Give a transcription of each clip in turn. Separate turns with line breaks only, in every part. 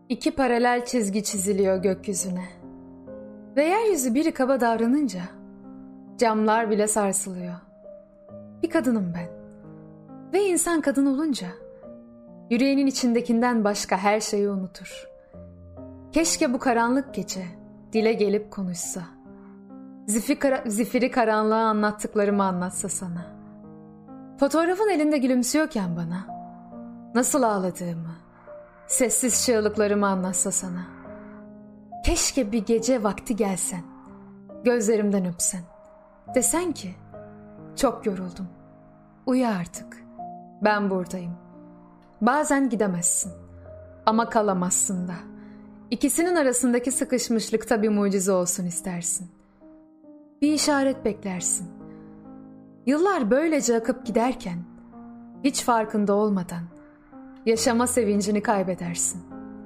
İki paralel çizgi çiziliyor gökyüzüne. Ve yeryüzü biri kaba davranınca camlar bile sarsılıyor. Bir kadınım ben. Ve insan kadın olunca yüreğinin içindekinden başka her şeyi unutur. Keşke bu karanlık gece dile gelip konuşsa. Zifiri karanlığa anlattıklarımı anlatsa sana. Fotoğrafın elinde gülümsüyorken bana nasıl ağladığımı, sessiz çığlıklarımı anlatsa sana. Keşke bir gece vakti gelsen, gözlerimden öpsen. Desen ki, çok yoruldum, uyu artık, ben buradayım. Bazen gidemezsin ama kalamazsın da. İkisinin arasındaki sıkışmışlıkta bir mucize olsun istersin. Bir işaret beklersin. Yıllar böylece akıp giderken, hiç farkında olmadan yaşama sevincini kaybedersin.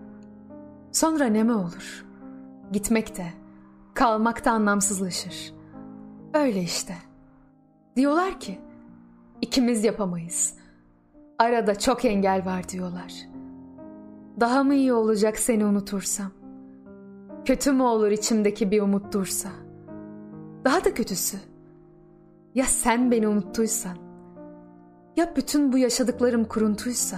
Sonra ne mi olur? Gitmek de, kalmak da anlamsızlaşır. Öyle işte. Diyorlar ki, ikimiz yapamayız. Arada çok engel var diyorlar. Daha mı iyi olacak seni unutursam? Kötü mü olur içimdeki bir umut dursa? Daha da kötüsü. Ya sen beni unuttuysan? Ya bütün bu yaşadıklarım kuruntuysa?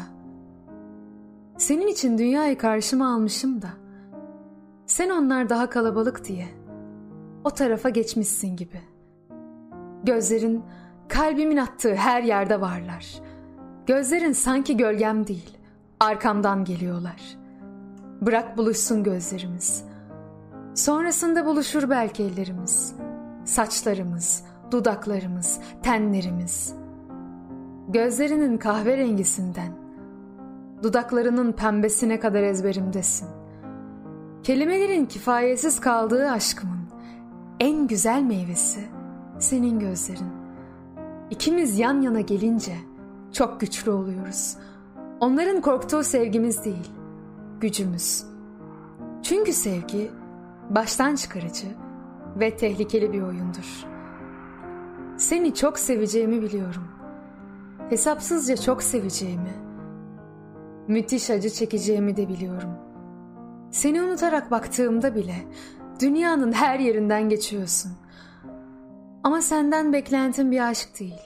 Senin için dünyayı karşıma almışım da sen onlar daha kalabalık diye o tarafa geçmişsin gibi. Gözlerin kalbimin attığı her yerde varlar. Gözlerin sanki gölgem değil, arkamdan geliyorlar. Bırak buluşsun gözlerimiz. Sonrasında buluşur belki ellerimiz, saçlarımız, dudaklarımız, tenlerimiz. Gözlerinin kahverengisinden dudaklarının pembesine kadar ezberimdesin. Kelimelerin kifayetsiz kaldığı aşkımın en güzel meyvesi senin gözlerin. İkimiz yan yana gelince çok güçlü oluyoruz. Onların korktuğu sevgimiz değil, gücümüz. Çünkü sevgi baştan çıkarıcı ve tehlikeli bir oyundur. Seni çok seveceğimi biliyorum. Hesapsızca çok seveceğimi, müthiş acı çekeceğimi de biliyorum. Seni unutarak baktığımda bile dünyanın her yerinden geçiyorsun. Ama senden beklentim bir aşk değil.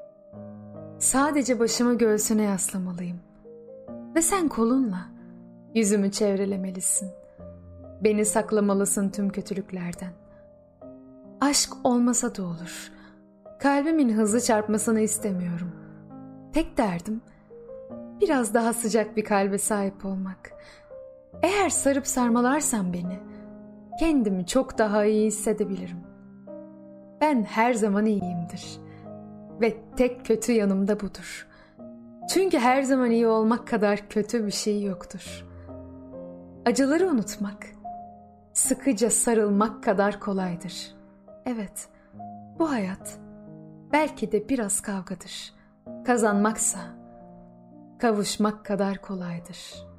Sadece başımı göğsüne yaslamalıyım. Ve sen kolunla yüzümü çevrelemelisin. Beni saklamalısın tüm kötülüklerden. Aşk olmasa da olur. Kalbimin hızlı çarpmasını istemiyorum. Tek derdim biraz daha sıcak bir kalbe sahip olmak. Eğer sarıp sarmalarsan beni, kendimi çok daha iyi hissedebilirim. Ben her zaman iyiyimdir. Ve tek kötü yanım da budur. Çünkü her zaman iyi olmak kadar kötü bir şey yoktur. Acıları unutmak, sıkıca sarılmak kadar kolaydır. Evet, bu hayat belki de biraz kavgadır. Kazanmaksa kavuşmak kadar kolaydır.